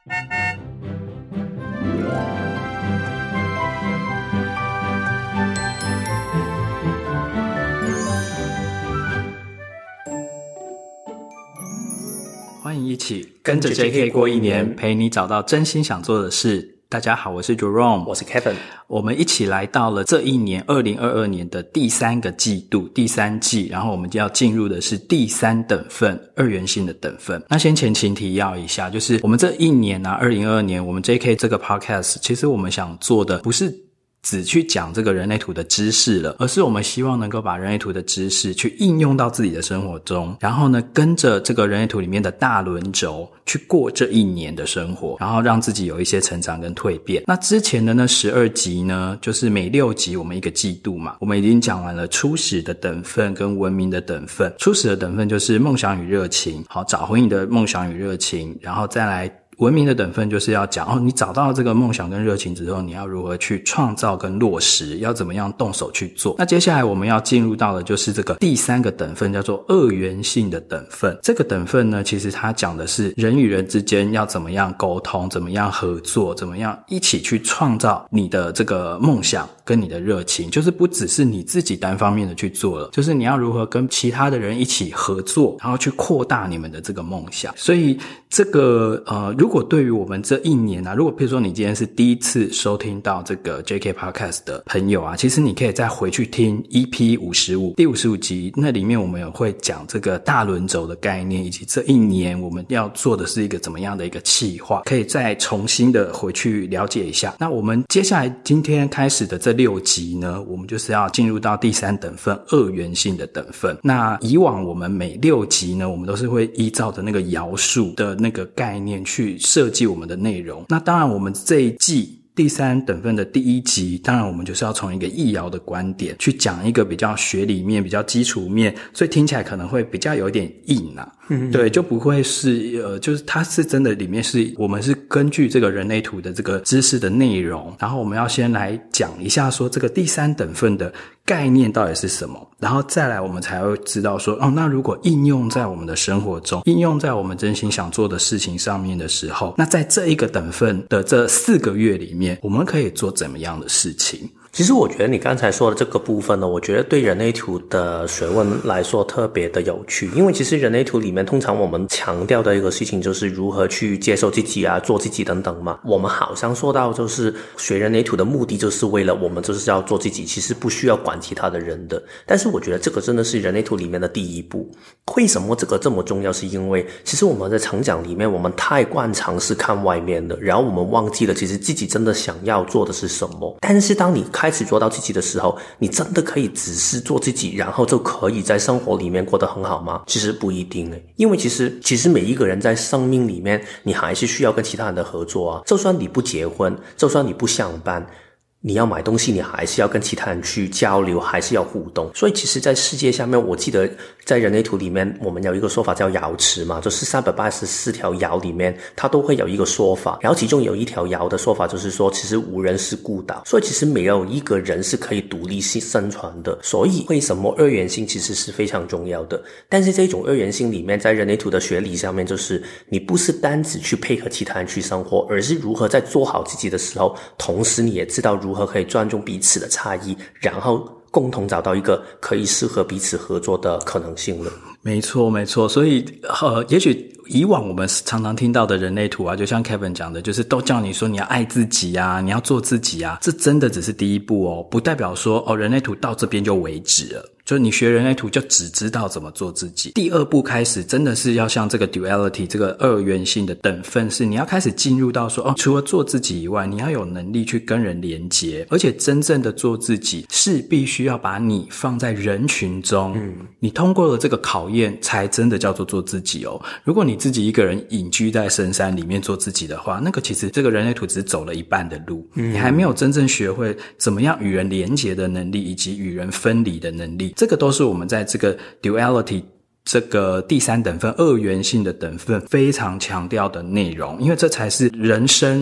欢迎一起跟着 JK 过一年，陪你找到真心想做的事。大家好，我是 Jerome， 我是 Kevin。 我们一起来到了这一年2022年的第3个季度，第3季，然后我们就要进入的是第3等份，二元性的等份。那先前情提要一下，就是我们这一年啊，2022年我们 JK 这个 podcast， 其实我们想做的不是只去讲这个人类图的知识了，而是我们希望能够把人类图的知识去应用到自己的生活中，然后呢跟着这个人类图里面的大轮轴去过这一年的生活，然后让自己有一些成长跟蜕变。那之前的呢12集呢，就是每6集我们一个季度嘛，我们已经讲完了初始的等份跟文明的等份。初始的等份就是梦想与热情，好，找回你的梦想与热情，然后再来文明的等份就是要讲你找到这个梦想跟热情之后，你要如何去创造跟落实，要怎么样动手去做。那接下来我们要进入到的就是这个第3个等份，叫做二元性的等份。这个等份呢，其实它讲的是人与人之间要怎么样沟通，怎么样合作，怎么样一起去创造你的这个梦想跟你的热情，就是不只是你自己单方面的去做了，就是你要如何跟其他的人一起合作，然后去扩大你们的这个梦想。所以这个如果对于我们这一年啊，如果譬如说你今天是第一次收听到这个 JK Podcast 的朋友啊，其实你可以再回去听 EP 55第55集，那里面我们也会讲这个大轮轴的概念，以及这一年我们要做的是一个怎么样的一个企划，可以再重新的回去了解一下。那我们接下来今天开始的这6集呢，我们就是要进入到第3等份，二元性的等份。那以往我们每6集呢，我们都是会依照着那个爻数的那个概念去设计我们的内容。那当然我们这一季第3等份的第1集，当然我们就是要从一个易爻的观点去讲一个比较学理面比较基础面，所以听起来可能会比较有点硬啊。对，就不会是就是它是真的里面是我们是根据这个人类图的这个知识的内容，然后我们要先来讲一下说这个第3等份的概念到底是什么，然后再来我们才会知道说那如果应用在我们的生活中，应用在我们真心想做的事情上面的时候，那在这一个等份的这4个月里面，我们可以做怎么样的事情。 其实我觉得你刚才说的这个部分呢，我觉得对人类图的学问来说特别的有趣，因为其实人类图里面通常我们强调的一个事情就是如何去接受自己啊，做自己等等嘛。我们好像说到就是学人类图的目的就是为了我们就是要做自己，其实不需要管其他的人的。但是我觉得这个真的是人类图里面的第一步。为什么这个这么重要，是因为其实我们在成长里面我们太惯常是看外面的，然后我们忘记了其实自己真的想要做的是什么。但是当你开始做到自己的时候，你真的可以只是做自己，然后就可以在生活里面过得很好吗？其实不一定耶，因为其实每一个人在生命里面，你还是需要跟其他人的合作啊。就算你不结婚，就算你不上班，你要买东西，你还是要跟其他人去交流，还是要互动。所以其实在世界下面，我记得在人类图里面我们有一个说法叫爻辞嘛，就是384条爻里面它都会有一个说法，然后其中有一条爻的说法就是说其实无人是孤岛，所以其实没有一个人是可以独立生存的。所以为什么二元性其实是非常重要的。但是这种二元性里面在人类图的学理上面，就是你不是单只去配合其他人去生活，而是如何在做好自己的时候，同时你也知道如何可以尊重彼此的差异，然后共同找到一个可以适合彼此合作的可能性了。 没错没错，所以也许以往我们常常听到的人类图啊，就像 Kevin 讲的，就是都叫你说你要爱自己啊，你要做自己啊，这真的只是第一步哦，不代表说人类图到这边就为止了，就是你学人类图就只知道怎么做自己。第2步开始真的是要像这个 duality 这个二元性的等份，是你要开始进入到说除了做自己以外，你要有能力去跟人连结，而且真正的做自己是必须要把你放在人群中，你通过了这个考验才真的叫做做自己哦。如果你自己一个人隐居在深山里面做自己的话，那个其实这个人类图只走了一半的路，你还没有真正学会怎么样与人连结的能力，以及与人分离的能力。这个都是我们在这个 duality这个第3等份二元性的等份非常强调的内容，因为这才是人生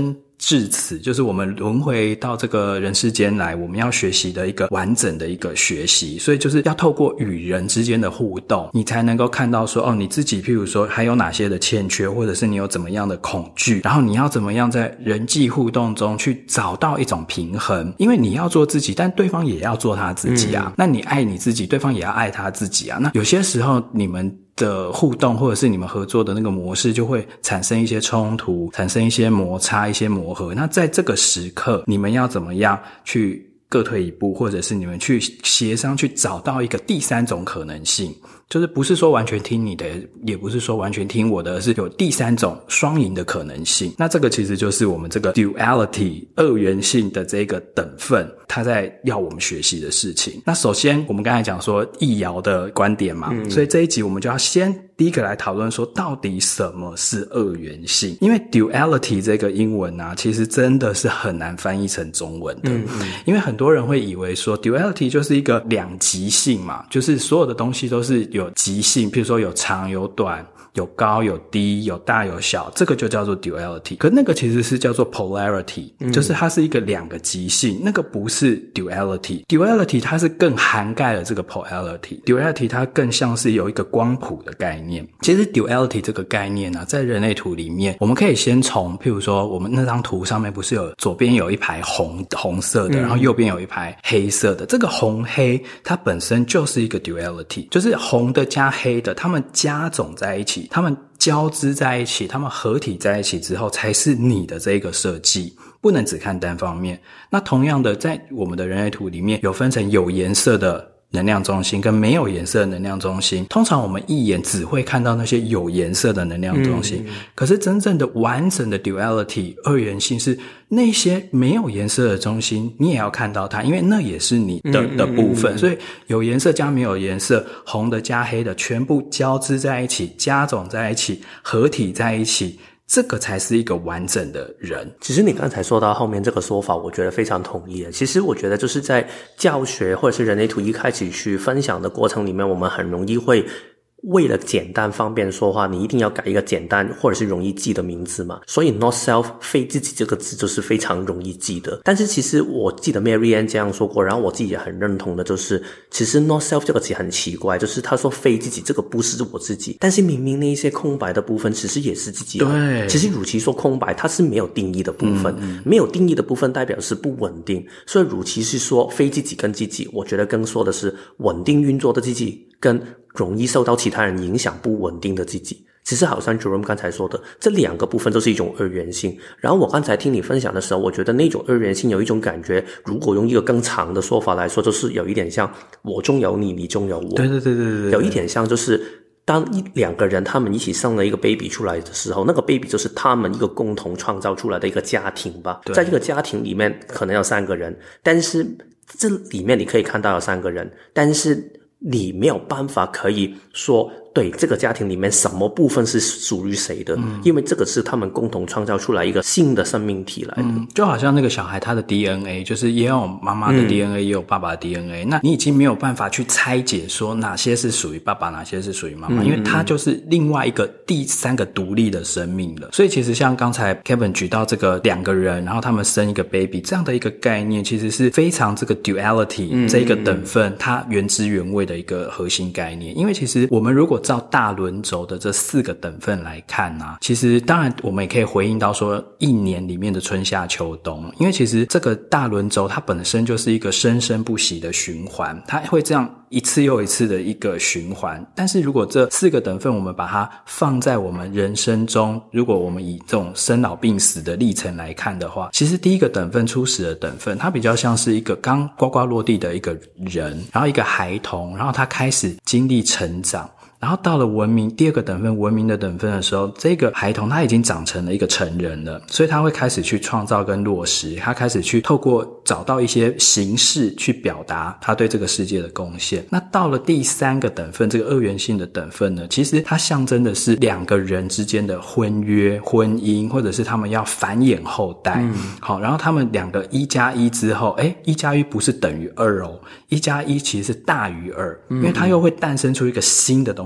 至此，就是我们轮回到这个人世间来，我们要学习的一个完整的一个学习，所以就是要透过与人之间的互动，你才能够看到说你自己譬如说还有哪些的欠缺，或者是你有怎么样的恐惧，然后你要怎么样在人际互动中去找到一种平衡，因为你要做自己，但对方也要做他自己啊，那你爱你自己，对方也要爱他自己啊，那有些时候你们的互动或者是你们合作的那个模式就会产生一些冲突，产生一些摩擦，一些磨合，那在这个时刻你们要怎么样去各退一步，或者是你们去协商，去找到一个第三种可能性，就是不是说完全听你的，也不是说完全听我的，而是有第三种双赢的可能性。那这个其实就是我们这个 duality 二元性的这个等分，它在要我们学习的事情。那首先我们刚才讲说易遥的观点嘛，所以这一集我们就要先第一个来讨论说到底什么是二元性，因为 duality 这个英文啊其实真的是很难翻译成中文的，因为很多人会以为说 duality 就是一个两极性嘛，就是所有的东西都是有极性，譬如说有长有短，有高有低，有大有小，这个就叫做 duality。 可那个其实是叫做 polarity，就是它是一个两个极性，那个不是 duality。 duality 它是更涵盖了这个 polarity， duality 它更像是有一个光谱的概念。其实 duality 这个概念啊，在人类图里面我们可以先从譬如说我们那张图上面不是有左边有一排红色的，然后右边有一排黑色的，这个红黑它本身就是一个 duality， 就是红的加黑的，它们加总在一起，它们交织在一起，它们合体在一起之后才是你的这个设计，不能只看单方面。那同样的在我们的人类图里面有分成有颜色的能量中心跟没有颜色的能量中心，通常我们一眼只会看到那些有颜色的能量中心，可是真正的完整的 duality 二元性是那些没有颜色的中心你也要看到它，因为那也是你的部分，所以有颜色加没有颜色，红的加黑的全部交织在一起，加总在一起，合体在一起，这个才是一个完整的人。 其实你刚才说到后面这个说法，我觉得非常同意的。其实我觉得就是在教学或者是人类图一开始去分享的过程里面，我们很容易会为了简单方便说话，你一定要改一个简单或者是容易记的名字嘛，所以 not self 非自己这个字就是非常容易记的。但是其实我记得 Marianne 这样说过，然后我自己也很认同的，就是其实 not self 这个词很奇怪，就是他说非自己，这个不是我自己，但是明明那一些空白的部分其实也是自己的。 对， 其实与其说空白，它是没有定义的部分，没有定义的部分代表是不稳定，所以与其是说非自己跟自己，我觉得更说的是稳定运作的自己跟容易受到其他人影响不稳定的自己。其实好像 Jerome 刚才说的，这两个部分都是一种二元性。然后我刚才听你分享的时候，我觉得那种二元性有一种感觉，如果用一个更长的说法来说，就是有一点像我中有你，你中有我。 对， 有一点像就是当两个人他们一起生了一个 baby 出来的时候，那个 baby 就是他们一个共同创造出来的一个家庭吧。在这个家庭里面可能有3个人，但是这里面你可以看到有3个人，但是你没有办法可以说对这个家庭里面什么部分是属于谁的，因为这个是他们共同创造出来一个新的生命体来的。 就好像那个小孩他的 DNA 就是也有妈妈的 DNA，也有爸爸的 DNA，那你已经没有办法去拆解说哪些是属于爸爸，哪些是属于妈妈，因为他就是另外一个第3个独立的生命了。所以其实像刚才 Kevin 举到这个2个人，然后他们生一个 baby 这样的一个概念，其实是非常这个 duality 这一个等分它原汁原味的一个核心概念。因为其实我们如果照大轮轴的这4个等分来看啊，其实当然我们也可以回应到说一年里面的春夏秋冬，因为其实这个大轮轴它本身就是一个生生不息的循环，它会这样一次又一次的一个循环。但是如果这4个等分我们把它放在我们人生中，如果我们以这种生老病死的历程来看的话，其实第一个等分初始的等分它比较像是一个刚呱呱落地的一个人，然后一个孩童，然后他开始经历成长，然后到了文明第2个等分文明的等分的时候，这个孩童他已经长成了一个成人了，所以他会开始去创造跟落实，他开始去透过找到一些形式去表达他对这个世界的贡献。那到了第3个等分这个二元性的等分呢，其实它象征的是2个人之间的婚约婚姻，或者是他们要繁衍后代。好，然后他们2个1+1之后1+1不是等于2哦，1+1其实是大于2，因为它又会诞生出一个新的东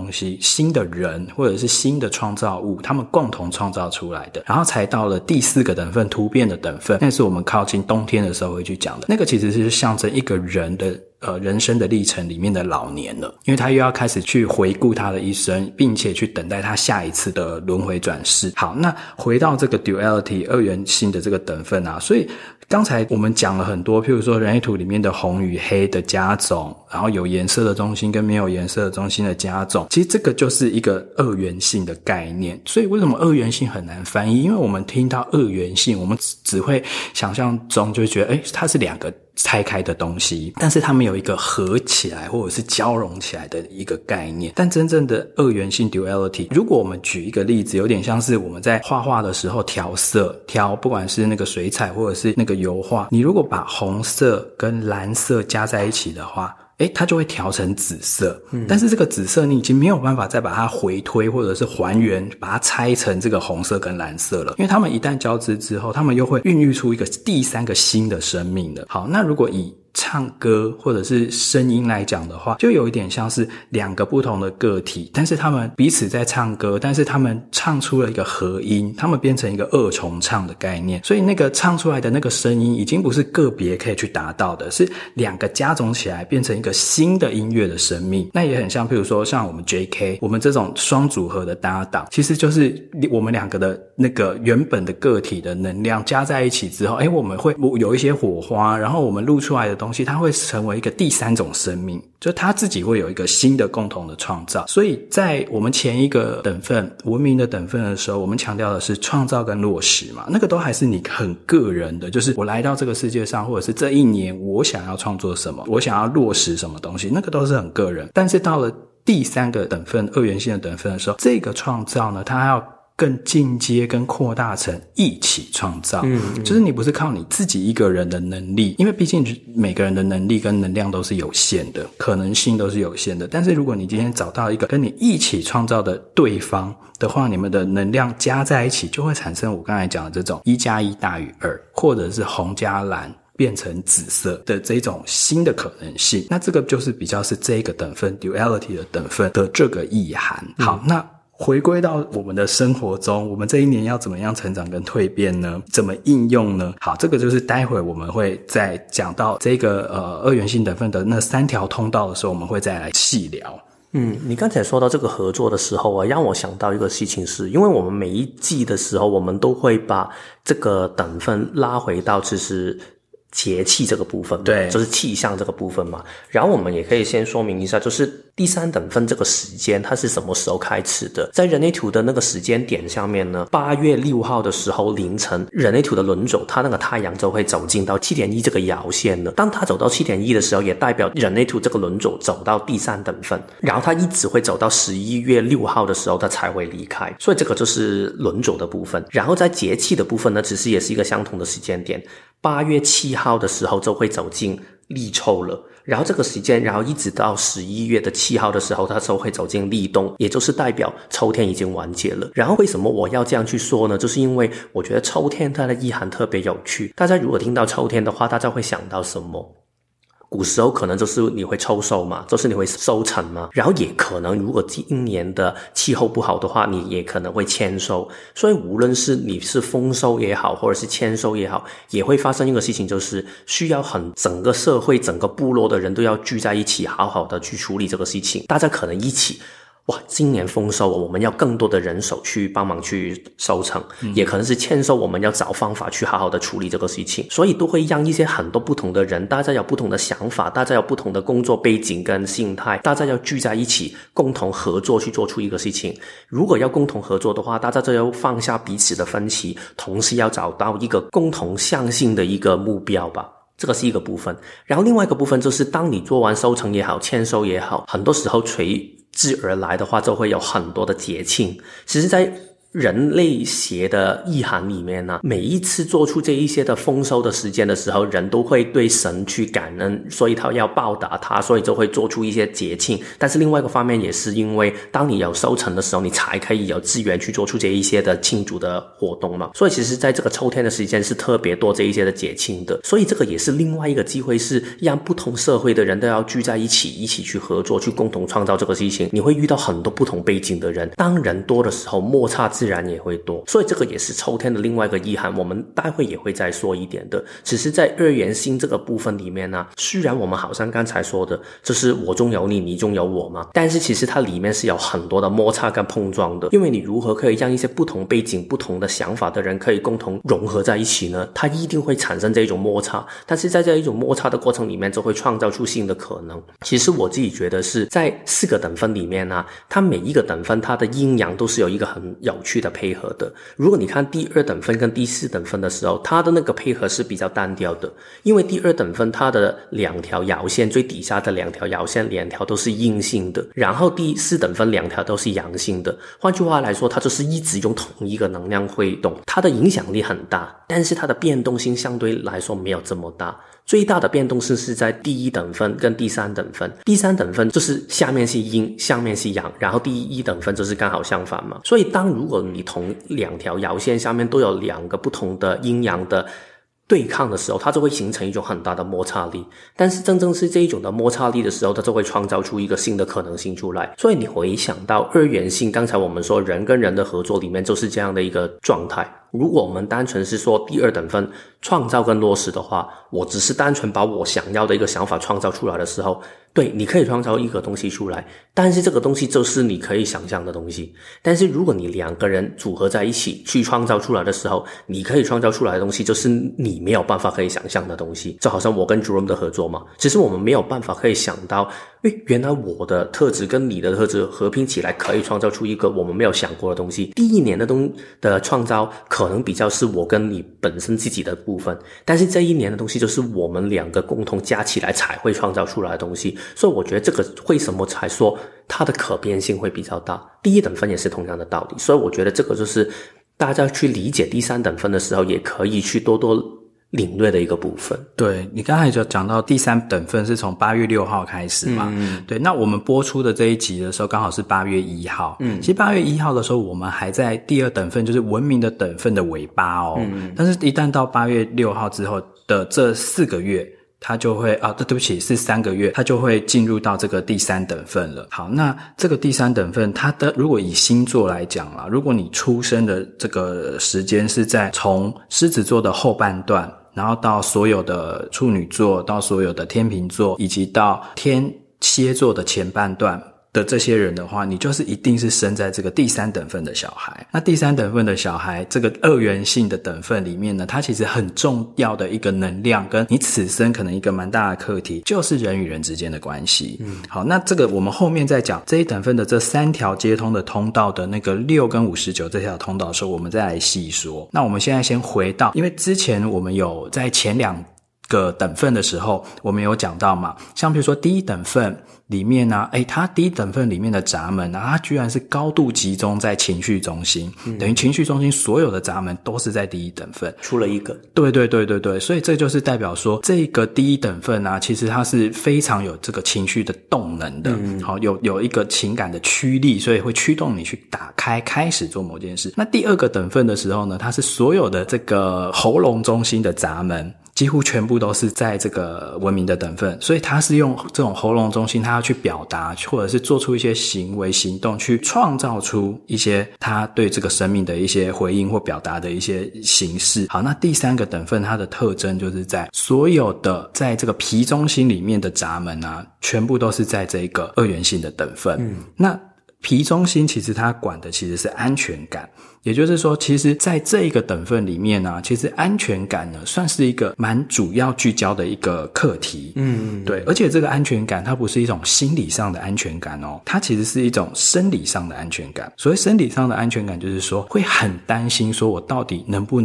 东西，新的人或者是新的创造物，他们共同创造出来的，然后才到了第4个等份，突变的等份，那是我们靠近冬天的时候会去讲的，那个其实是象征一个人的人生的历程里面的老年了，因为他又要开始去回顾他的一生，并且去等待他下一次的轮回转世。好，那回到这个 duality 二元性的这个等份啊，所以刚才我们讲了很多，譬如说人类图里面的红与黑的加总，然后有颜色的中心跟没有颜色的中心的加总，其实这个就是一个二元性的概念。所以为什么二元性很难翻译？因为我们听到二元性，我们只会想象中就觉得它是2个拆开的东西，但是它们有一个合起来或者是交融起来的一个概念。但真正的二元性 duality， 如果我们举一个例子，有点像是我们在画画的时候调色，不管是那个水彩或者是那个油画，你如果把红色跟蓝色加在一起的话，它就会调成紫色。但是这个紫色你已经没有办法再把它回推或者是还原，把它拆成这个红色跟蓝色了，因为它们一旦交织之后，它们又会孕育出一个第3个新的生命了。好，那如果以唱歌或者是声音来讲的话，就有一点像是2个不同的个体，但是他们彼此在唱歌，但是他们唱出了一个合音，他们变成一个2重唱的概念。所以那个唱出来的那个声音已经不是个别可以去达到的，是2个加总起来变成一个新的音乐的生命。那也很像譬如说像我们 JK 我们这种双组合的搭档，其实就是我们2个的那个原本的个体的能量加在一起之后，我们会有一些火花，然后我们录出来的东西它会成为一个第3种生命，就它自己会有一个新的共同的创造。所以在我们前一个等份文明的等份的时候，我们强调的是创造跟落实嘛，那个都还是你很个人的，就是我来到这个世界上，或者是这一年我想要创作什么，我想要落实什么东西，那个都是很个人。但是到了第3个等份二元性的等份的时候，这个创造呢，它要更进阶跟扩大成一起创造。就是你不是靠你自己一个人的能力，因为毕竟每个人的能力跟能量都是有限的，可能性都是有限的。但是如果你今天找到一个跟你一起创造的对方的话，你们的能量加在一起，就会产生我刚才讲的这种1+1大于2，或者是红加蓝变成紫色的这种新的可能性。那这个就是比较是这个等份 duality 的等份的这个意涵。好，那回归到我们的生活中，我们这一年要怎么样成长跟蜕变呢？怎么应用呢？好，这个就是待会我们会再讲到这个二元性等份的那3条通道的时候，我们会再来细聊。 你刚才说到这个合作的时候啊，让我想到一个事情是，因为我们每一季的时候，我们都会把这个等份拉回到其实节气这个部分嘛， 对， 就是气象这个部分嘛。然后我们也可以先说明一下，就是第3等份这个时间它是什么时候开始的。在人类图的那个时间点上面呢，8月6号的时候凌晨，人类图的轮轴它那个太阳就会走进到 7.1 这个爻线了。当它走到 7.1 的时候，也代表人类图这个轮轴走到第3等份，然后它一直会走到11月6号的时候它才会离开。所以这个就是轮轴的部分。然后在节气的部分呢，其实也是一个相同的时间点，8月7号的时候就会走进立秋了，然后这个时间，然后一直到11月7号的时候，它就会走进立冬，也就是代表秋天已经完结了。然后为什么我要这样去说呢？就是因为我觉得秋天它的意涵特别有趣。大家如果听到秋天的话，大家会想到什么？古时候可能就是你会抽收嘛，就是你会收成嘛，然后也可能如果今年的气候不好的话，你也可能会签收。所以无论是你是丰收也好，或者是签收也好，也会发生一个事情，就是需要整个社会整个部落的人都要聚在一起，好好的去处理这个事情。大家可能一起今年丰收我们要更多的人手去帮忙去收成，也可能是签收我们要找方法去好好的处理这个事情。所以都会让一些很多不同的人，大家有不同的想法，大家有不同的工作背景跟心态，大家要聚在一起共同合作去做出一个事情。如果要共同合作的话，大家就要放下彼此的分歧，同时要找到一个共同相信的一个目标吧。这个是一个部分。然后另外一个部分就是当你做完收成也好，签收也好，很多时候随之而来的话就会有很多的节庆。其实在人类学的意涵里面呢，每一次做出这一些的丰收的时间的时候，人都会对神去感恩，所以他要报答他，所以就会做出一些节庆。但是另外一个方面也是因为当你有收成的时候，你才可以有资源去做出这一些的庆祝的活动嘛。所以其实在这个秋天的时间是特别多这一些的节庆的，所以这个也是另外一个机会，是让不同社会的人都要聚在一起，一起去合作，去共同创造这个事情。你会遇到很多不同背景的人，当人多的时候，摩擦自然也会多。所以这个也是秋天的另外一个意涵，我们待会也会再说一点的。只是在二元性这个部分里面呢，虽然我们好像刚才说的就是我中有你，你中有我嘛，但是其实它里面是有很多的摩擦跟碰撞的。因为你如何可以让一些不同背景、不同的想法的人可以共同融合在一起呢？它一定会产生这种摩擦，但是在这一种摩擦的过程里面，就会创造出新的可能。其实我自己觉得是在4个等分里面呢，它每一个等分它的阴阳都是有一个很有趣的配合的。如果你看第2等分跟第4等分的时候，它的那个配合是比较单调的，因为第2等分它的2条爻线，最底下的2条爻线2条都是阴性的，然后第4等分2条都是阳性的。换句话来说，它就是一直用同一个能量挥动，它的影响力很大，但是它的变动性相对来说没有这么大。最大的变动是在第1等分跟第3等分，第3等分就是下面是阴，上面是阳，然后第1等分就是刚好相反嘛。所以如果你同2条爻线下面都有2个不同的阴阳的对抗的时候，它就会形成一种很大的摩擦力。但是真正是这一种的摩擦力的时候，它就会创造出一个新的可能性出来。所以你回想到二元性，刚才我们说人跟人的合作里面就是这样的一个状态。如果我们单纯是说第2等分创造跟落实的话，我只是单纯把我想要的一个想法创造出来的时候，对，你可以创造一个东西出来，但是这个东西就是你可以想象的东西。但是如果你2个人组合在一起去创造出来的时候，你可以创造出来的东西就是你没有办法可以想象的东西。就好像我跟 Jerome 的合作嘛，其实我们没有办法可以想到原来我的特质跟你的特质合拼起来可以创造出一个我们没有想过的东西。第1年的创造可能比较是我跟你本身自己的部分，但是这1年的东西就是我们2个共同加起来才会创造出来的东西。所以我觉得这个为什么才说它的可变性会比较大。第1等分也是同样的道理，所以我觉得这个就是大家去理解第3等分的时候也可以去多多领略的一个部分。 对，你刚才就讲到第3等分是从8月6号开始嘛，对，那我们播出的这一集的时候刚好是8月1号，其实8月1号的时候我们还在第2等分，就是文明的等分的尾巴哦，但是一旦到8月6号之后的这4个月，它就会对不起，是3个月，它就会进入到这个第3等分了。好，那这个第3等分，它的如果以星座来讲啦，如果你出生的这个时间是在从狮子座的后半段，然后到所有的处女座，到所有的天秤座，以及到天蝎座的前半段的这些人的话，你就是一定是生在这个第3等分的小孩。那第3等分的小孩，这个二元性的等分里面呢，它其实很重要的一个能量，跟你此生可能一个蛮大的课题，就是人与人之间的关系。好，那这个我们后面再讲这一等分的这3条接通的通道的那个6跟59这条通道的时候，我们再来细说。那我们现在先回到，因为之前我们有在前2个等分的时候，我们有讲到嘛，像比如说第1等分里面呢，它第1等分里面的闸门啊，它居然是高度集中在情绪中心，等于情绪中心所有的闸门都是在第1等分， 出了一个。 对，所以这就是代表说这个第1等分啊，其实它是非常有这个情绪的动能的，好，有一个情感的驱力，所以会驱动你去打开开始做某件事。那第2个等分的时候呢，它是所有的这个喉咙中心的闸门几乎全部都是在这个文明的等分，所以他是用这种喉咙中心，他要去表达或者是做出一些行为行动，去创造出一些他对这个生命的一些回应或表达的一些形式。好，那第3个等分它的特征就是在所有的在这个皮中心里面的闸门啊，全部都是在这个二元性的等分。那皮中心其实它管的其实是安全感，也就是说其实在这一个等分里面啊，其实安全感呢算是一个蛮主要聚焦的一个课题。对，而且这个安全感它不是一种心理上的安全感哦，它其实是一种生理上的安全感。所谓生理上的安全感就是说会很担心说我到底能不能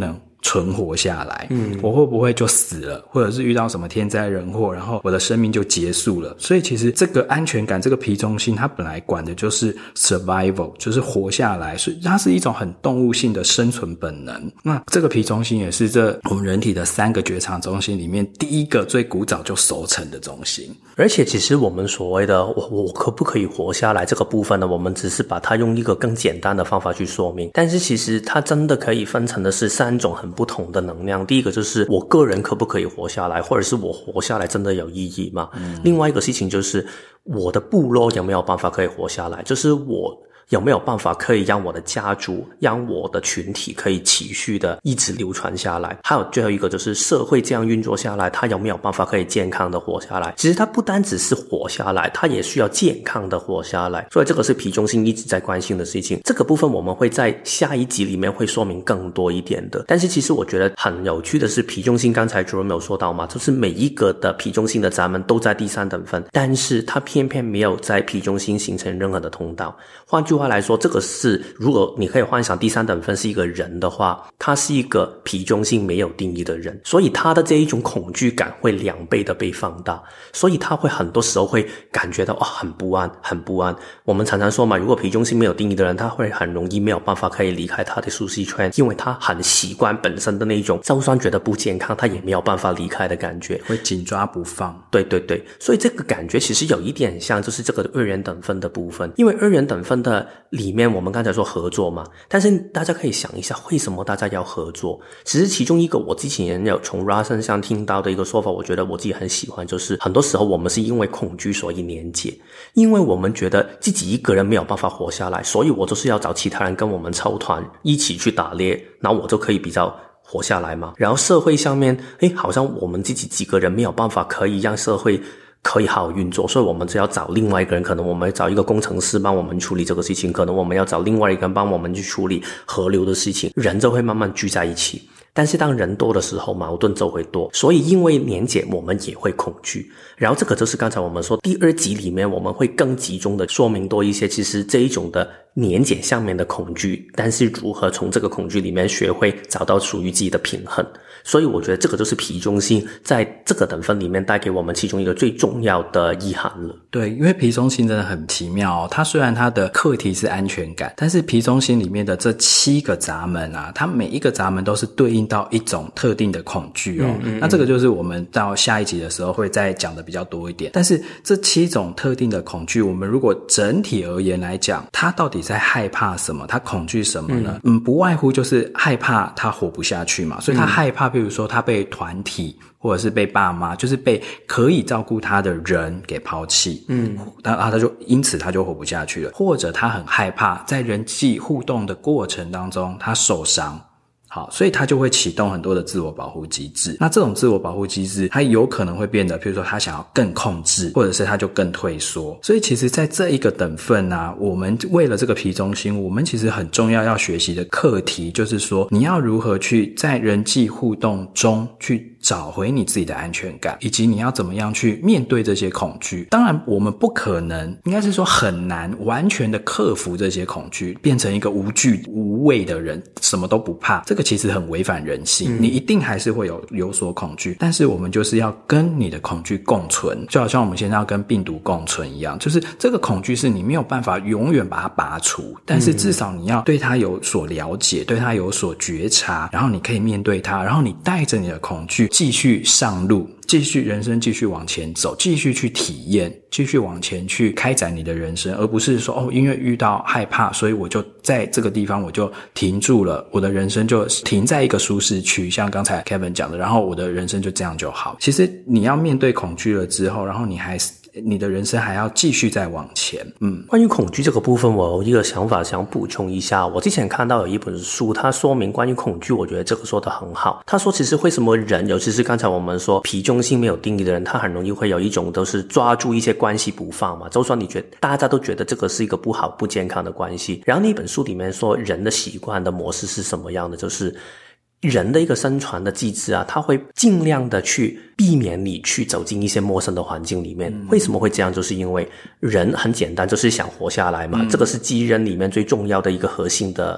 存活下来？我会不会就死了，或者是遇到什么天灾人祸，然后我的生命就结束了？所以其实这个安全感，这个皮中心它本来管的就是 survival， 就是活下来，所以它是一种很动物性的生存本能。那这个皮中心也是这我们人体的3个觉察中心里面第一个最古早就熟成的中心。 而且其实我们所谓的我可不可以活下来这个部分呢，我们只是把它用一个更简单的方法去说明，但是其实它真的可以分成的是3种很不同的能量。第一个就是我个人可不可以活下来，或者是我活下来真的有意义吗？另外一个事情就是我的部落有没有办法可以活下来，就是我有没有办法可以让我的家族，让我的群体可以持续的一直流传下来。还有最后一个就是社会这样运作下来，它有没有办法可以健康的活下来。其实它不单只是活下来，它也需要健康的活下来，所以这个是皮中心一直在关心的事情。这个部分我们会在下一集里面会说明更多一点的。但是其实我觉得很有趣的是，皮中心刚才 Jerome 有说到嘛，就是每一个的皮中心的闸门都在第3等份，但是它偏偏没有在皮中心形成任何的通道。换句话来说，这个是如果你可以幻想第3等份是一个人的话，他是一个皮中心没有定义的人，所以他的这一种恐惧感会2倍的被放大，所以他会很多时候会感觉到很不安很不安。我们常常说嘛，如果皮中心没有定义的人，他会很容易没有办法可以离开他的舒适圈，因为他很习惯本身的那一种就算觉得不健康他也没有办法离开的感觉， 会紧抓不放。 对对对，所以这个感觉其实有一点像就是这个2元等分的部分。因为2元等分的里面我们刚才说合作嘛，但是大家可以想一下为什么大家要合作。其实其中一个我之前有从 Ra 身上听到的一个说法，我觉得我自己很喜欢，就是很多时候我们是因为恐惧所以连结，因为我们觉得自己一个人没有办法活下来，所以我就是要找其他人跟我们凑团一起去打猎，然后我就可以比较活下来嘛。然后社会上面好像我们自己几个人没有办法可以让社会可以好好运作，所以我们只要找另外一个人，可能我们找一个工程师帮我们处理这个事情，可能我们要找另外一个人帮我们去处理河流的事情，人就会慢慢聚在一起。但是当人多的时候，矛盾就会多，所以因为连结我们也会恐惧。然后这个就是刚才我们说第2集里面我们会更集中的说明多一些，其实这一种的连结上面的恐惧，但是如何从这个恐惧里面学会找到属于自己的平衡。所以我觉得这个就是皮中心在这个等分里面带给我们其中一个最重要的意涵了。 对，因为皮中心真的很奇妙它虽然它的课题是安全感，但是皮中心里面的这7个闸门啊，它每一个闸门都是对应到一种特定的恐惧那这个就是我们到下一集的时候会再讲的比较多一点。但是这7种特定的恐惧，我们如果整体而言来讲，它到底在害怕什么，它恐惧什么呢？不外乎就是害怕它活不下去嘛，所以它害怕比如说他被团体或者是被爸妈，就是被可以照顾他的人给抛弃他就因此他就活不下去了。或者他很害怕在人际互动的过程当中他受伤，好，所以他就会启动很多的自我保护机制。那这种自我保护机制它有可能会变得比如说他想要更控制，或者是他就更退缩。所以其实在这一个等份啊，我们为了这个皮中心，我们其实很重要学习的课题就是说，你要如何去在人际互动中去找回你自己的安全感，以及你要怎么样去面对这些恐惧。当然我们不可能，应该是说很难完全的克服这些恐惧，变成一个无惧无畏的人，什么都不怕，这个其实很违反人性你一定还是会有所恐惧，但是我们就是要跟你的恐惧共存，就好像我们现在要跟病毒共存一样，就是这个恐惧是你没有办法永远把它拔除，但是至少你要对它有所了解，对它有所觉察，然后你可以面对它，然后你带着你的恐惧继续上路，继续人生继续往前走，继续去体验，继续往前去开展你的人生，而不是说因为遇到害怕所以我就在这个地方我就停住了，我的人生就停在一个舒适区，像刚才 Kevin 讲的，然后我的人生就这样就好。其实你要面对恐惧了之后，然后你的人生还要继续再往前。 关于恐惧这个部分，我有一个想法想补充一下。我之前看到有一本书，它说明关于恐惧，我觉得这个说得很好。他说其实为什么人，尤其是刚才我们说皮中心没有定义的人，他很容易会有一种都是抓住一些关系不放嘛，就算你觉得大家都觉得这个是一个不好不健康的关系。然后那本书里面说人的习惯的模式是什么样的，就是人的一个生存的机制啊，他会尽量的去避免你去走进一些陌生的环境里面。为什么会这样？就是因为人很简单，就是想活下来嘛，这个是基因里面最重要的一个核心的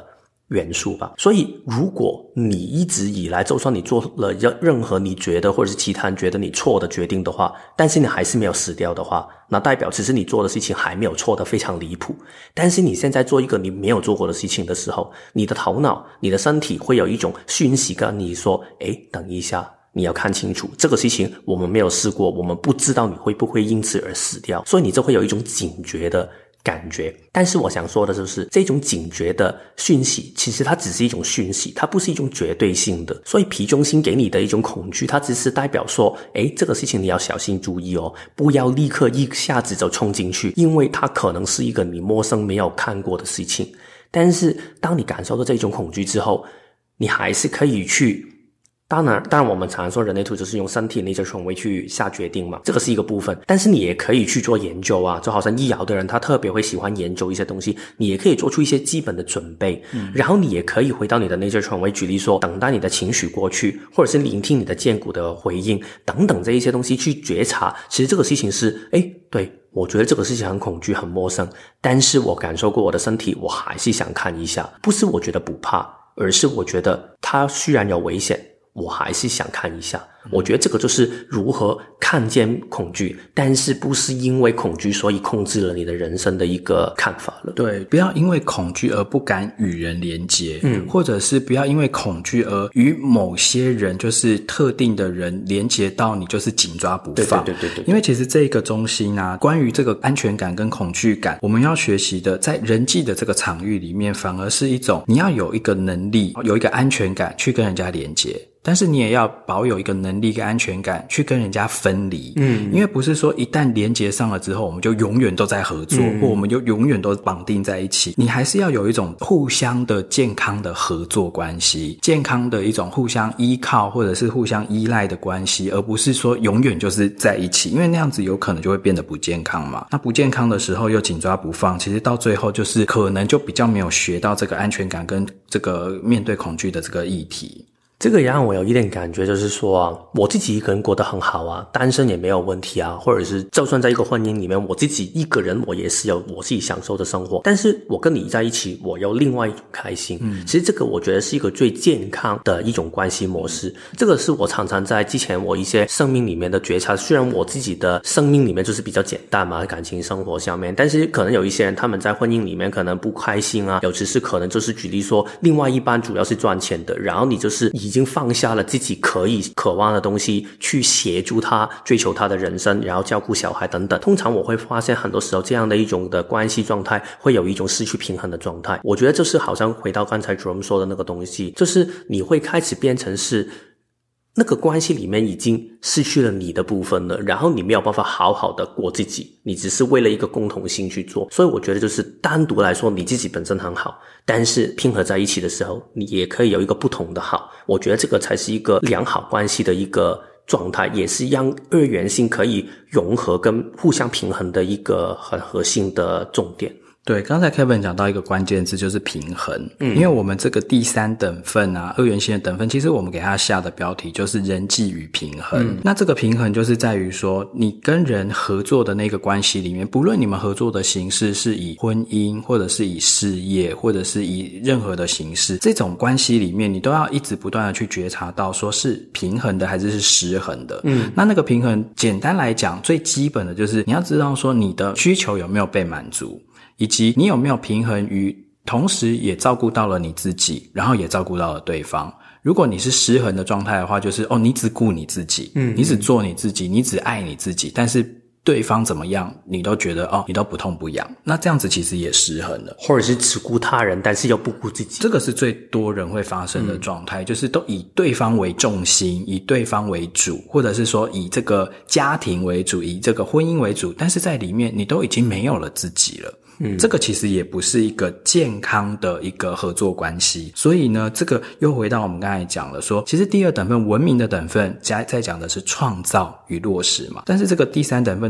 元素吧。所以如果你一直以来就算你做了任何你觉得或者是其他人觉得你错的决定的话，但是你还是没有死掉的话，那代表其实你做的事情还没有错的非常离谱。但是你现在做一个你没有做过的事情的时候，你的头脑你的身体会有一种讯息跟你说，等一下，你要看清楚这个事情我们没有试过，我们不知道你会不会因此而死掉，所以你就会有一种警觉的感觉。但是我想说的就是这种警觉的讯息其实它只是一种讯息，它不是一种绝对性的。所以皮中心给你的一种恐惧，它只是代表说这个事情你要小心注意哦，不要立刻一下子就冲进去，因为它可能是一个你陌生没有看过的事情。但是当你感受到这种恐惧之后，你还是可以去，当然我们常说人类图就是用身体那些权威去下决定嘛，这个是一个部分。但是你也可以去做研究啊，就好像医疗的人他特别会喜欢研究一些东西，你也可以做出一些基本的准备，然后你也可以回到你的内在权威，举例说等待你的情绪过去，或者是聆听你的荐股的回应等等这一些东西去觉察，其实这个事情是对，我觉得这个事情很恐惧很陌生，但是我感受过我的身体，我还是想看一下，不是我觉得不怕，而是我觉得它虽然有危险，我还是想看一下。我觉得这个就是如何看见恐惧，但是不是因为恐惧所以控制了你的人生的一个看法了。 对，不要因为恐惧而不敢与人连接，或者是不要因为恐惧而与某些人，就是特定的人连接到你就是紧抓不放。 对。 因为其实这个中心啊，关于这个安全感跟恐惧感，我们要学习的在人际的这个场域里面，反而是一种你要有一个能力，有一个安全感去跟人家连接，但是你也要保有一个能力跟安全感去跟人家分离。因为不是说一旦连接上了之后我们就永远都在合作，或我们就永远都绑定在一起，你还是要有一种互相的健康的合作关系，健康的一种互相依靠或者是互相依赖的关系，而不是说永远就是在一起，因为那样子有可能就会变得不健康嘛。那不健康的时候又紧抓不放，其实到最后就是可能就比较没有学到这个安全感跟这个面对恐惧的这个议题。 这个也让我有一点感觉，就是说啊，我自己一个人过得很好啊，单身也没有问题啊，或者是就算在一个婚姻里面，我自己一个人我也是有我自己享受的生活，但是我跟你在一起，我有另外一种开心。其实这个我觉得是一个最健康的一种关系模式。这个是我常常在之前我一些生命里面的觉察，虽然我自己的生命里面就是比较简单嘛，感情生活下面，但是可能有一些人他们在婚姻里面可能不开心啊，尤其是可能就是举例说另外一半主要是赚钱的，然后你就是已经放下了自己可以渴望的东西去协助他追求他的人生，然后照顾小孩等等。通常我会发现很多时候这样的一种的关系状态会有一种失去平衡的状态。我觉得就是好像回到刚才 Jerome 说的那个东西，就是你会开始变成是那个关系里面已经失去了你的部分了，然后你没有办法好好的过自己，你只是为了一个共同性去做。所以我觉得就是单独来说你自己本身很好，但是拼合在一起的时候你也可以有一个不同的好。我觉得这个才是一个良好关系的一个状态，也是让二元性可以融合跟互相平衡的一个很核心的重点。 对，刚才 Kevin 讲到一个关键字就是平衡。因为我们这个第三等份啊，二元性的等份，其实我们给它下的标题就是人际与平衡。那这个平衡就是在于说你跟人合作的那个关系里面，不论你们合作的形式是以婚姻或者是以事业或者是以任何的形式，这种关系里面你都要一直不断的去觉察到说是平衡的还是失衡的。那个平衡简单来讲最基本的就是你要知道说你的需求有没有被满足，以及你有没有平衡于同时也照顾到了你自己，然后也照顾到了对方。如果你是失衡的状态的话，就是你只顾你自己，你只做你自己，你只爱你自己，但是对方怎么样你都觉得你都不痛不痒，那这样子其实也失衡了。 或者是只顾他人但是又不顾自己， 这个是最多人会发生的状态，就是都以对方为重心，以对方为主，或者是说以这个家庭为主，以这个婚姻为主，但是在里面你都已经没有了自己了。这个其实也不是一个健康的一个合作关系。所以呢，这个又回到我们刚才讲了说，其实第二等份文明的等份再讲的是创造与落实嘛，但是这个第三等份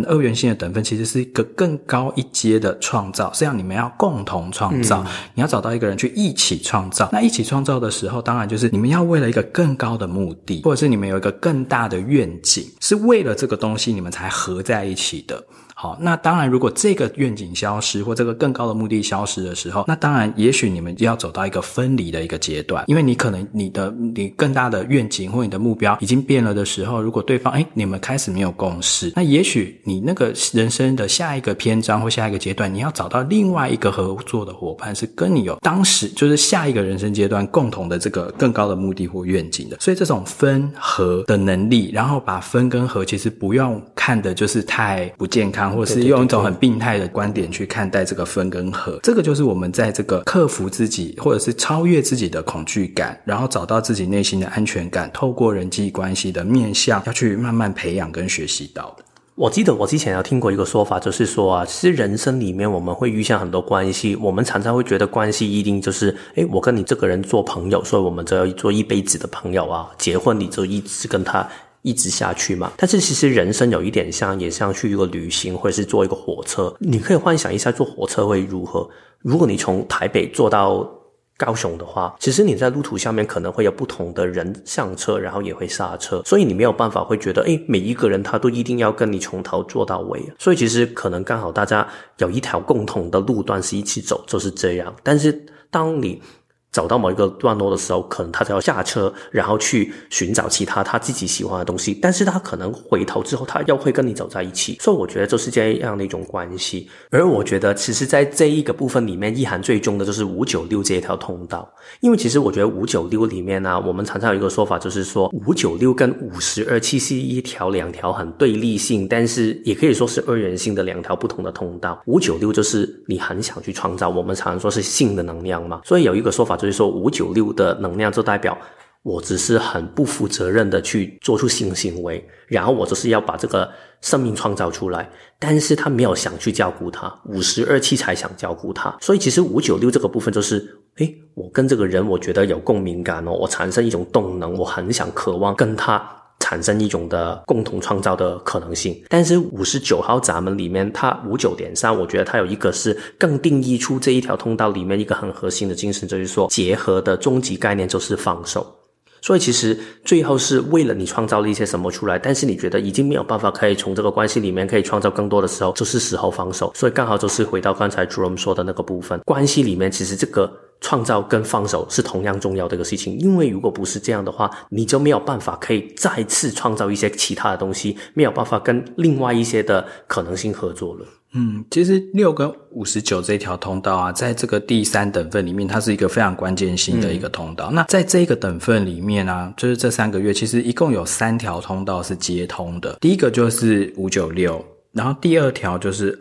分二元性的等分其实是一个更高一阶的创造，是要你们要共同创造，你要找到一个人去一起创造。那一起创造的时候，当然就是你们要为了一个更高的目的，或者是你们有一个更大的愿景，是为了这个东西你们才合在一起的。好，那当然如果这个愿景消失或这个更高的目的消失的时候，那当然也许你们要走到一个分离的一个阶段，因为你可能你更大的愿景或你的目标已经变了的时候，如果对方你们开始没有共识，那也许你那个人生的下一个篇章或下一个阶段，你要找到另外一个合作的伙伴是跟你有当时就是下一个人生阶段共同的这个更高的目的或愿景的。所以这种分合的能力，然后把分跟合其实不用看的就是太不健康，或是用一种很病态的观点去看待这个分跟合。这个就是我们在这个克服自己或者是超越自己的恐惧感，然后找到自己内心的安全感，透过人际关系的面向要去慢慢培养跟学习到的。 我记得我之前有听过一个说法，就是说啊，其实人生里面我们会遇见很多关系，我们常常会觉得关系一定就是我跟你这个人做朋友，所以我们就要做一辈子的朋友啊，结婚你就一直跟他一直下去嘛。但是其实人生有一点像，也像去一个旅行或者是坐一个火车，你可以幻想一下坐火车会如何。如果你从台北坐到高雄的话，其实你在路途下面可能会有不同的人上车，然后也会下车，所以你没有办法会觉得每一个人他都一定要跟你从头做到尾。所以其实可能刚好大家有一条共同的路段是一起走，就是这样。但是当你走到某一个段落的时候，可能他就要下车，然后去寻找其他他自己喜欢的东西，但是他可能回头之后他又会跟你走在一起，所以我觉得就是这样的一种关系。而我觉得其实在这一个部分里面意涵最重的就是596这一条通道。因为其实我觉得596里面啊，我们常常有一个说法，就是说596跟527是两条很对立性，但是也可以说是二元性的两条不同的通道。596就是你很想去创造，我们常常说是性的能量嘛，所以有一个说法就是说596的能量就代表我只是很不负责任的去做出性行为，然后我就是要把这个生命创造出来，但是他没有想去照顾他，527才想照顾他。所以其实596这个部分就是我跟这个人我觉得有共鸣感我产生一种动能，我很想渴望跟他产生一种的共同创造的可能性。但是59号闸门里面，它59.3，我觉得它有一个是更定义出这一条通道里面一个很核心的精神，就是说结合的终极概念就是放手。所以其实最后是为了你创造了一些什么出来，但是你觉得已经没有办法可以从这个关系里面可以创造更多的时候，就是时候放手。所以刚好就是回到刚才 Jerome 说的那个部分，关系里面其实这个创造跟放手是同样重要的一个事情，因为如果不是这样的话，你就没有办法可以再次创造一些其他的东西，没有办法跟另外一些的可能性合作了。 其实6跟59这条通道啊，在这个第3等份里面，它是一个非常关键性的一个通道。那在这个等份里面啊，就是这3个月其实一共有3条通道是接通的。第一个就是596，然后第2条就是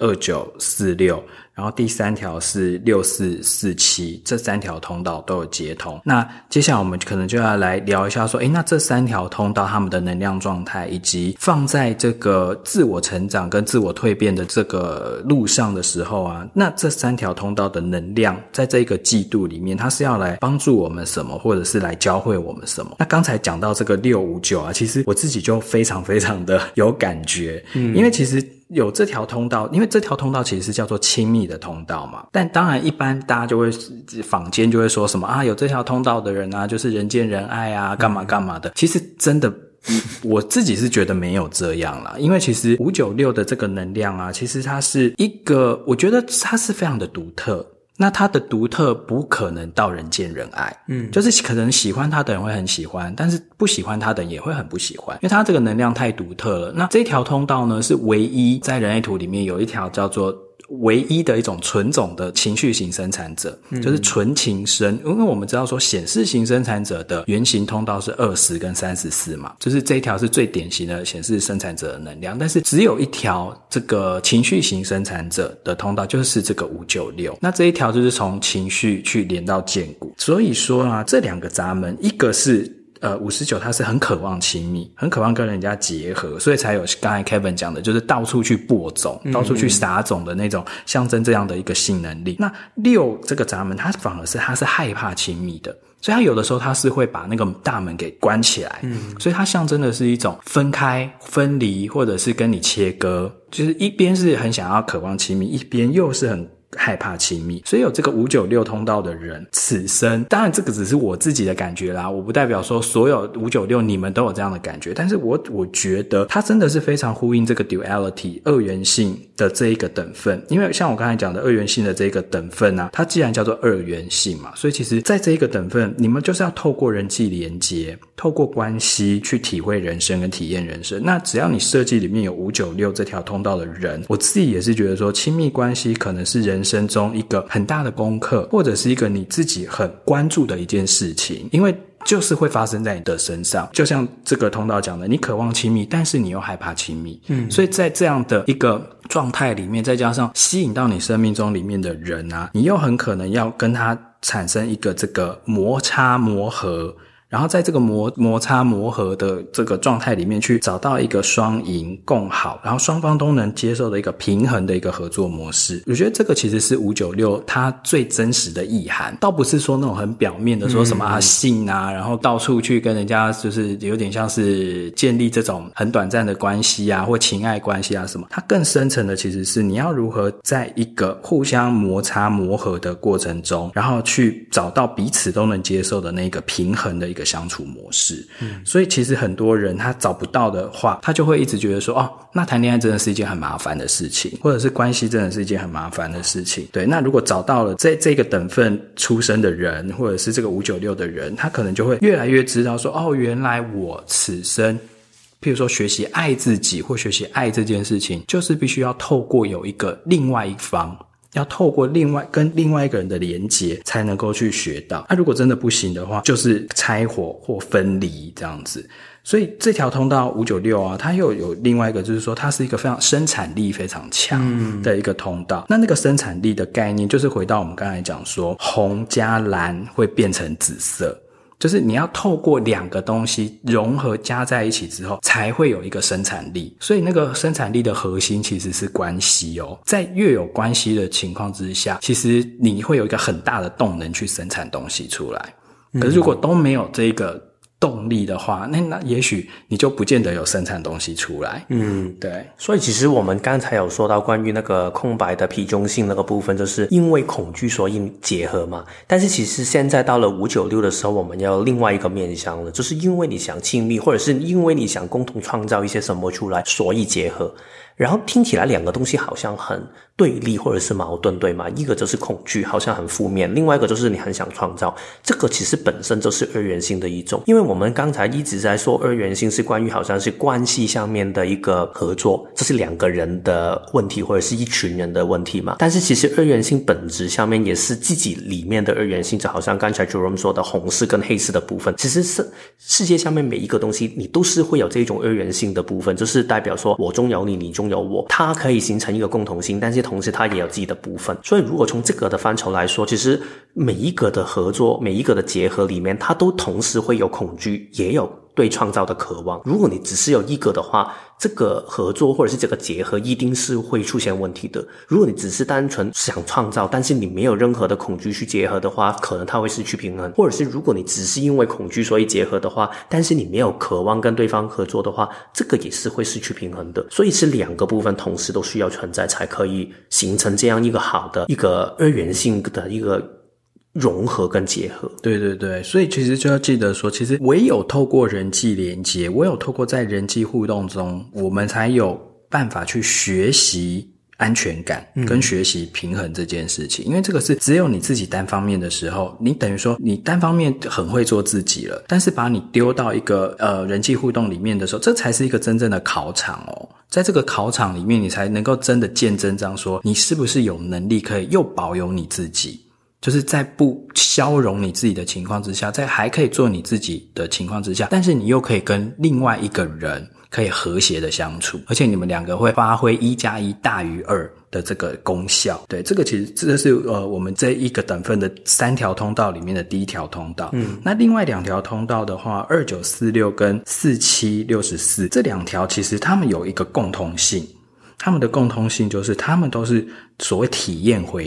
2946，然后第3条是6447，这3条通道都有接通。那接下来我们可能就要来聊一下说，那这3条通道它们的能量状态，以及放在这个自我成长跟自我蜕变的这个路上的时候啊，那这3条通道的能量在这个季度里面，它是要来帮助我们什么，或者是来教会我们什么。那刚才讲到这个659啊，其实我自己就非常非常的有感觉，因为其实有这条通道，因为这条通道其实是叫做亲密的通道嘛，但当然一般大家就会坊间就会说什么有这条通道的人啊就是人见人爱啊干嘛干嘛的。其实真的我自己是觉得没有这样啦，因为其实596的这个能量啊，其实它是一个，我觉得它是非常的独特。那它的独特不可能到人见人爱，就是可能喜欢它的人会很喜欢，但是不喜欢它的人也会很不喜欢，因为它这个能量太独特了。那这条通道呢，是唯一在人类图里面有一条叫做唯一的一种纯种的情绪型生产者，就是纯情生。因为我们知道说显示型生产者的原型通道是20跟34嘛，就是这一条是最典型的显示生产者的能量，但是只有一条这个情绪型生产者的通道，就是这个596。那这一条就是从情绪去连到剑骨。所以说啊，这2个闸门，一个是59他是很渴望亲密，很渴望跟人家结合，所以才有刚才 Kevin 讲的，就是到处去播种，到处去撒种的那种象征这样的一个性能力。那6这个闸门，它反而是他是害怕亲密的， 所以它有的时候它是会把那个大门给关起来，所以它象征的是一种分开、分离，或者是跟你切割，就是一边是很想要渴望亲密，一边又是很害怕亲密。所以有这个596通道的人，此生当然这个只是我自己的感觉啦，我不代表说所有596你们都有这样的感觉，但是我觉得它真的是非常呼应这个 duality 二元性的这一个等分。因为像我刚才讲的二元性的这个等分啊，它既然叫做二元性嘛，所以其实在这一个等分，你们就是要透过人际连结，透过关系去体会人生跟体验人生。那只要你设计里面有596这条通道的人，我自己也是觉得说亲密关系可能是人生中一个很大的功课，或者是一个你自己很关注的一件事情，因为就是会发生在你的身上。就像这个通道讲的，你渴望亲密，但是你又害怕亲密，所以在这样的一个状态里面，再加上吸引到你生命中里面的人啊，你又很可能要跟他产生一个这个摩擦磨合，然后在这个摩擦磨合的这个状态里面去找到一个双赢共好，然后双方都能接受的一个平衡的一个合作模式。我觉得这个其实是596它最真实的意涵，倒不是说那种很表面的说什么性啊，然后到处去跟人家就是有点像是建立这种很短暂的关系啊，或情爱关系啊什么。它更深层的其实是你要如何在一个互相摩擦磨合的过程中，然后去找到彼此都能接受的那个平衡的一个相处模式。所以其实很多人他找不到的话，他就会一直觉得说那谈恋爱真的是一件很麻烦的事情，或者是关系真的是一件很麻烦的事情。对，那如果找到了这个等分出生的人，或者是这个596的人，他可能就会越来越知道说原来我此生譬如说学习爱自己或学习爱这件事情，就是必须要透过有一个另外一方，要透过跟另外一个人的连结才能够去学到。如果真的不行的话，就是拆伙或分离这样子。所以这条通道596啊，它又有另外一个，就是说它是一个非常生产力非常强的一个通道。那个生产力的概念就是回到我们刚才讲说，红加蓝会变成紫色，就是你要透过两个东西融合加在一起之后，才会有一个生产力。所以那个生产力的核心其实是关系在越有关系的情况之下，其实你会有一个很大的动能去生产东西出来。可是如果都没有这个动力的话，那也许你就不见得有生产东西出来。对。 所以其实我们刚才有说到关于那个空白的皮中性那个部分，就是因为恐惧所以结合嘛。但是其实现在到了596的时候，我们要另外一个面向了，就是因为你想亲密，或者是因为你想共同创造一些什么出来，所以结合。然后听起来两个东西好像很对立或者是矛盾，对吗？一个就是恐惧，好像很负面，另外一个就是你很想创造。这个其实本身就是二元性的一种，因为我们刚才一直在说二元性是关于好像是关系上面的一个合作，这是两个人的问题或者是一群人的问题嘛。但是其实二元性本质上面也是自己里面的二元性，就好像刚才 Jerome 说的红色跟黑色的部分，其实是世界上面每一个东西你都是会有这种二元性的部分，就是代表说我中有你，你中有我，它可以形成一个共同性，但是同时它也有自己的部分。所以如果从这个的范畴来说，其实每一个的合作，每一个的结合里面，它都同时会有恐惧，也有对创造的渴望。如果你只是有一个的话，这个合作或者是这个结合一定是会出现问题的。如果你只是单纯想创造，但是你没有任何的恐惧去结合的话，可能它会失去平衡。或者是如果你只是因为恐惧所以结合的话，但是你没有渴望跟对方合作的话，这个也是会失去平衡的。所以是两个部分同时都需要存在，才可以形成这样一个好的一个二元性的一个融合跟结合。 对对对，所以其实就要记得说，其实唯有透过人际连接，唯有透过在人际互动中，我们才有办法去学习安全感跟学习平衡这件事情。因为这个是只有你自己单方面的时候，你等于说你单方面很会做自己了，但是把你丢到一个人际互动里面的时候，这才是一个真正的考场在这个考场里面，你才能够真的见真章，说你是不是有能力可以又保有你自己，就是在不消融你自己的情况之下，在还可以做你自己的情况之下，但是你又可以跟另外一个人可以和谐的相处，而且你们两个会发挥1+1大于2的这个功效。对，这个其实这是我们这一个等分的3条通道里面的第一条通道。那另外2条通道的话，2946跟4764这2条其实它们有一个共通性，他们的共通性就是他们都是所谓体验回路。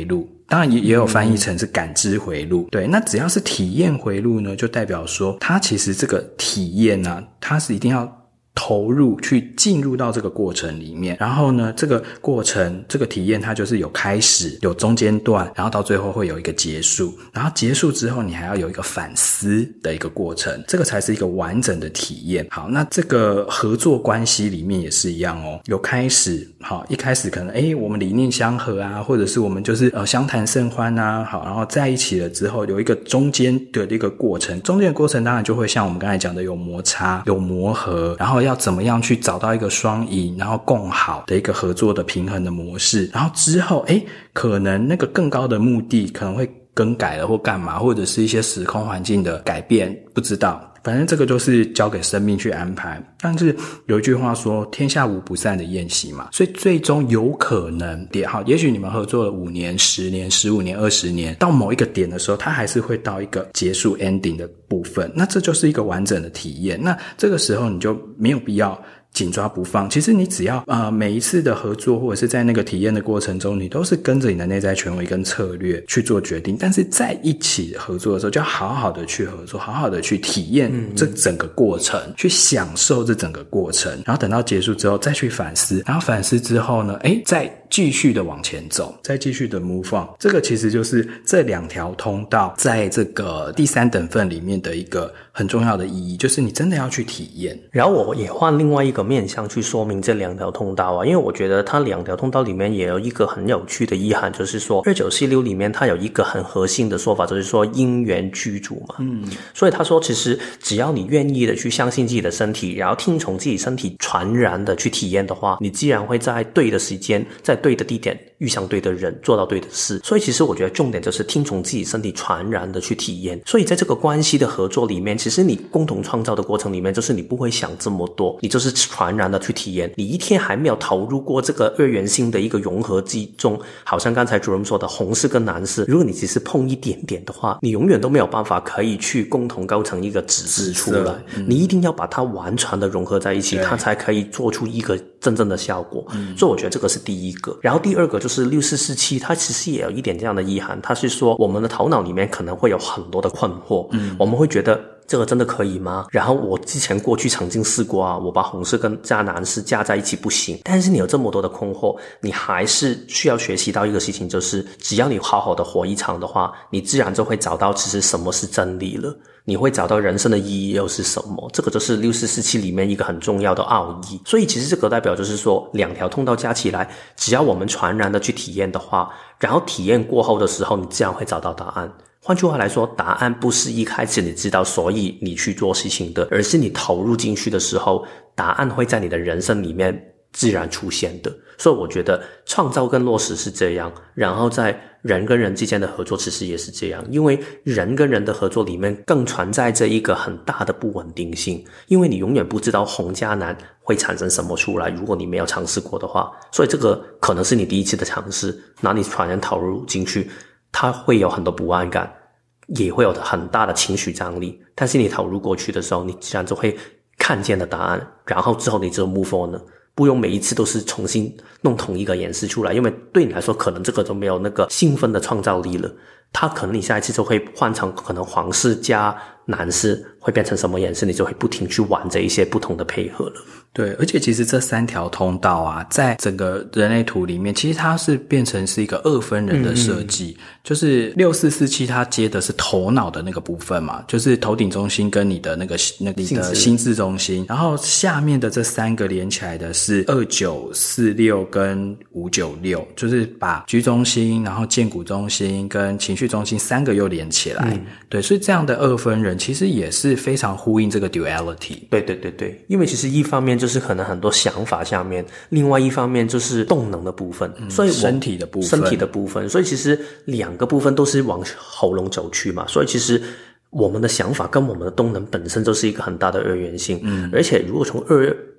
当然也有翻译成是感知回路。对，那只要是体验回路呢，就代表说它其实这个体验啊，它是一定要投入去进入到这个过程里面，然后呢这个过程这个体验它就是有开始有中间段，然后到最后会有一个结束，然后结束之后你还要有一个反思的一个过程，这个才是一个完整的体验。好，那这个合作关系里面也是一样哦，有开始，好，一开始可能我们理念相合啊，或者是我们就是相谈甚欢啊，好，然后在一起了之后有一个中间的一个过程，中间的过程当然就会像我们刚才讲的有摩擦有磨合，然后要怎么样去找到一个双赢然后共好的一个合作的平衡的模式，然后之后可能那个更高的目的可能会更改了或干嘛，或者是一些时空环境的改变，不知道，反正这个就是交给生命去安排。但是有一句话说天下无不散的宴席嘛，所以最终有可能好，也许你们合作了5年10年15年20年，到某一个点的时候它还是会到一个结束 ending 的部分，那这就是一个完整的体验。那这个时候你就没有必要紧抓不放，其实你只要每一次的合作或者是在那个体验的过程中，你都是跟着你的内在权威跟策略去做决定，但是在一起合作的时候就要好好的去合作，好好的去体验这整个过程，去享受这整个过程，然后等到结束之后再去反思，然后反思之后呢再继续的往前走，再继续的 move on。 这个其实就是这2条通道在这个第3等份里面的一个很重要的意义，就是你真的要去体验。 然后我也换另外一个面向去说明这2条通道啊，因为我觉得它2条通道里面也有一个很有趣的意涵，就是说2946里面它有一个很核心的说法，就是说因缘具足嘛。所以他说其实只要你愿意的去相信自己的身体，然后听从自己身体传然的去体验的话，你自然会在对的时间在对的地点遇上对的人，做到对的事。所以其实我觉得重点就是听从自己身体传然的去体验。所以在这个关系的合作里面，其实你共同创造的过程里面，就是你不会想这么多，你就是传然的去体验。你一天还没有投入过这个2元性的一个融合之中，好像刚才主任说的红式跟蓝式，如果你只是碰一点点的话，你永远都没有办法可以去共同构成一个指示出来。你一定要把它完全的融合在一起，它才可以做出一个真正的效果。所以我觉得这个是第一个。然后第二个就是6447，它其实也有一点这样的意涵，它是说我们的头脑里面可能会有很多的困惑，我们会觉得这个真的可以吗？然后我之前过去曾经试过啊，我把红色跟加蓝色加在一起不行。但是你有这么多的困惑，你还是需要学习到一个事情，就是只要你好好的活一场的话，你自然就会找到其实什么是真理了，你会找到人生的意义又是什么。这个就是6447里面一个很重要的奥义。所以其实这个代表就是说2条通道加起来，只要我们传然的去体验的话，然后体验过后的时候，你自然会找到答案。换句话来说，答案不是一开始你知道所以你去做事情的，而是你投入进去的时候，答案会在你的人生里面自然出现的。所以我觉得创造跟落实是这样，然后在人跟人之间的合作其实也是这样。因为人跟人的合作里面更存在着一个很大的不稳定性，因为你永远不知道红加蓝会产生什么出来，如果你没有尝试过的话。所以这个可能是你第一次的尝试，拿你全然投入进去，它会有很多不安感，也会有很大的情绪张力，但是你投入过去的时候，你自然就会看见的答案，然后之后你就 move on 了，不用每一次都是重新弄同一个演示出来，因为对你来说可能这个都没有那个兴奋的创造力了。它可能你下一次就会换成可能黄式加蓝式会变成什么颜色，你就会不停去玩这一些不同的配合了。 对，而且其实这3条通道啊，在整个人类图里面，其实它是变成是一个2分人的设计，就是6447它接的是头脑的那个部分嘛，就是头顶中心跟你的你的心智中心，然后下面的这3个连起来的是2946跟596，就是把居中心，然后剑骨中心跟情绪中心3个又连起来。对，所以这样的2分人其实也是非常呼应这个 duality。 对对对对，因为其实一方面就是可能很多想法下面，另外一方面就是动能的部分，所以身体的部分， 所以其实2个部分都是往喉咙走去嘛，所以其实我们的想法跟我们的动能本身就是一个很大的2元性。而且如果从2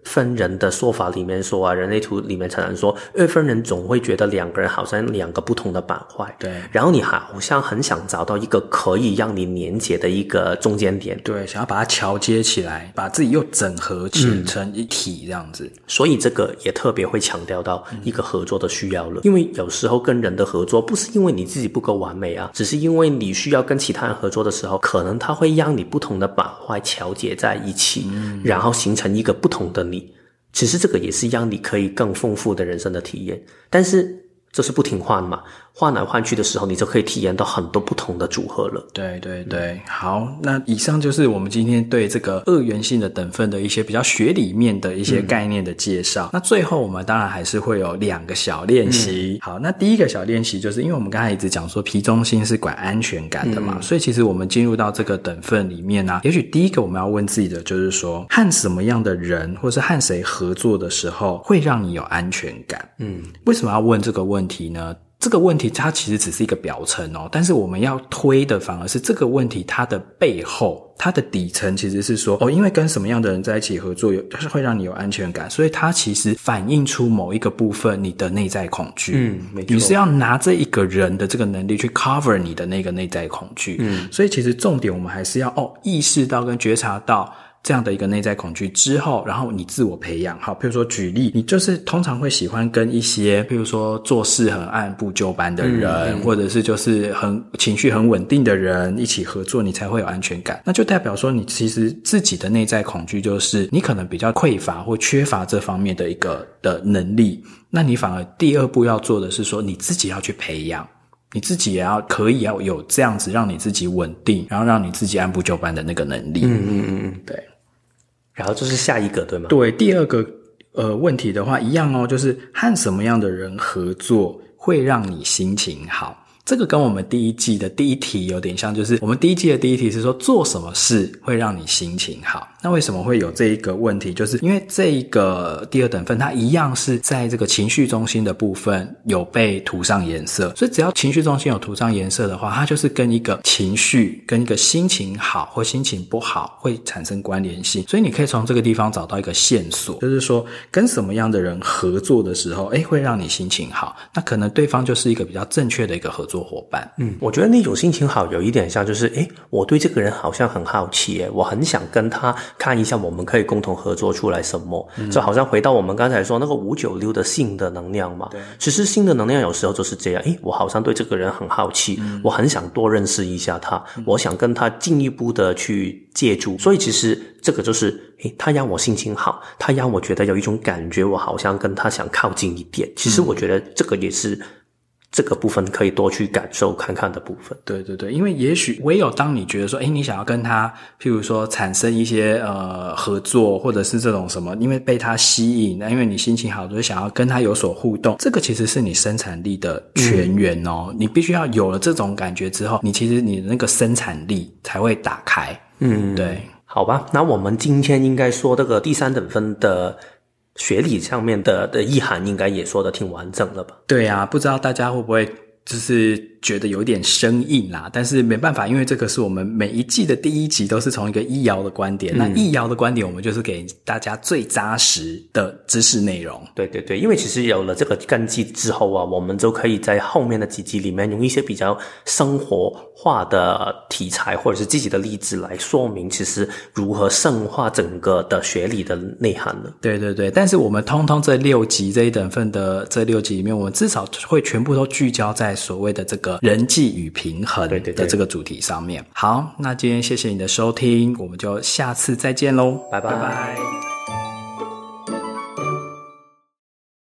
分人的说法里面说啊，人类图里面常常说二分人总会觉得两个人好像两个不同的板块， 对， 然后你好像很想找到一个可以让你连接的一个中间点， 对，想要把它桥接起来，把自己又整合成一体这样子。 所以这个也特别会强调到一个合作的需要了，因为有时候跟人的合作不是因为你自己不够完美啊，只是因为你需要跟其他人合作的时候，可能它会让你不同的板块调节在一起，然后形成一个不同的你。其实这个也是让你可以更丰富的人生的体验，但是这是不停换嘛，换来换去的时候，你就可以体验到很多不同的组合了。 对对对，好，那以上就是我们今天对这个二元性的等分的一些比较学理面的一些概念的介绍。那最后我们当然还是会有2个小练习。好，那第一个小练习就是因为我们刚才一直讲说皮中心是管安全感的嘛，所以其实我们进入到这个等分里面啊，也许第一个我们要问自己的就是说，和什么样的人或是和谁合作的时候会让你有安全感？为什么要问这个问题呢？这个问题它其实只是一个表层哦，但是我们要推的反而是这个问题它的背后，它的底层其实是说因为跟什么样的人在一起合作会让你有安全感，所以它其实反映出某一个部分你的内在恐惧。没错，你是要拿这一个人的这个能力去 cover 你的那个内在恐惧。所以其实重点我们还是要意识到跟觉察到这样的一个内在恐惧之后，然后你自我培养。好，譬如说举例，你就是通常会喜欢跟一些譬如说做事很按部就班的人，或者是就是情绪很稳定的人一起合作，你才会有安全感。那就代表说你其实自己的内在恐惧就是你可能比较匮乏或缺乏这方面的一个的能力，那你反而第二步要做的是说你自己要去培养，你自己也可以要有这样子让你自己稳定，然后让你自己按部就班的那个能力。对。 然后就是下一个对吗？ 对，第二个问题的话一样就是和什么样的人合作会让你心情好。这个跟我们第一季的第一题有点像，就是我们第一季的第一题是说做什么事会让你心情好。那为什么会有这一个问题？就是因为这一个第二等分它一样是在这个情绪中心的部分有被涂上颜色，所以只要情绪中心有涂上颜色的话，它就是跟一个情绪跟一个心情好或心情不好会产生关联性。所以你可以从这个地方找到一个线索，就是说跟什么样的人合作的时候会让你心情好，那可能对方就是一个比较正确的一个合作伙伴。 我觉得那种心情好有一点像就是我对这个人好像很好奇我很想跟他看一下我们可以共同合作出来什么。就好像回到我们刚才说那个596的性的能量嘛，其实性的能量有时候就是这样，我好像对这个人很好奇，我很想多认识一下他，我想跟他进一步的去借助，所以其实这个就是他让我心情好，他让我觉得有一种感觉我好像跟他想靠近一点。其实我觉得这个也是这个部分可以多去感受看看的部分。 对对对，因为也许唯有当你觉得说你想要跟他譬如说产生一些合作，或者是这种什么因为被他吸引，因为你心情好就想要跟他有所互动，这个其实是你生产力的泉源你必须要有了这种感觉之后，你其实你的那个生产力才会打开。对， 好吧，那我们今天应该说这个第三等分的学理上面的意涵应该也说得挺完整了吧？ 对啊，不知道大家会不会就是觉得有点生硬啦，但是没办法，因为这个是我们每一季的第一集都是从一个易遥的观点，那易遥的观点我们就是给大家最扎实的知识内容。 对对对，因为其实有了这个根基之后啊，我们就可以在后面的几集里面用一些比较生活化的题材或者是自己的例子来说明其实如何深化整个的学理的内涵了。 对对对，但是我们通通这6集这一等份的这6集里面，我们至少会全部都聚焦在所谓的这个人际与平衡的这个主题上面。好，那今天谢谢你的收听，我们就下次再见咯， 拜拜。 拜拜。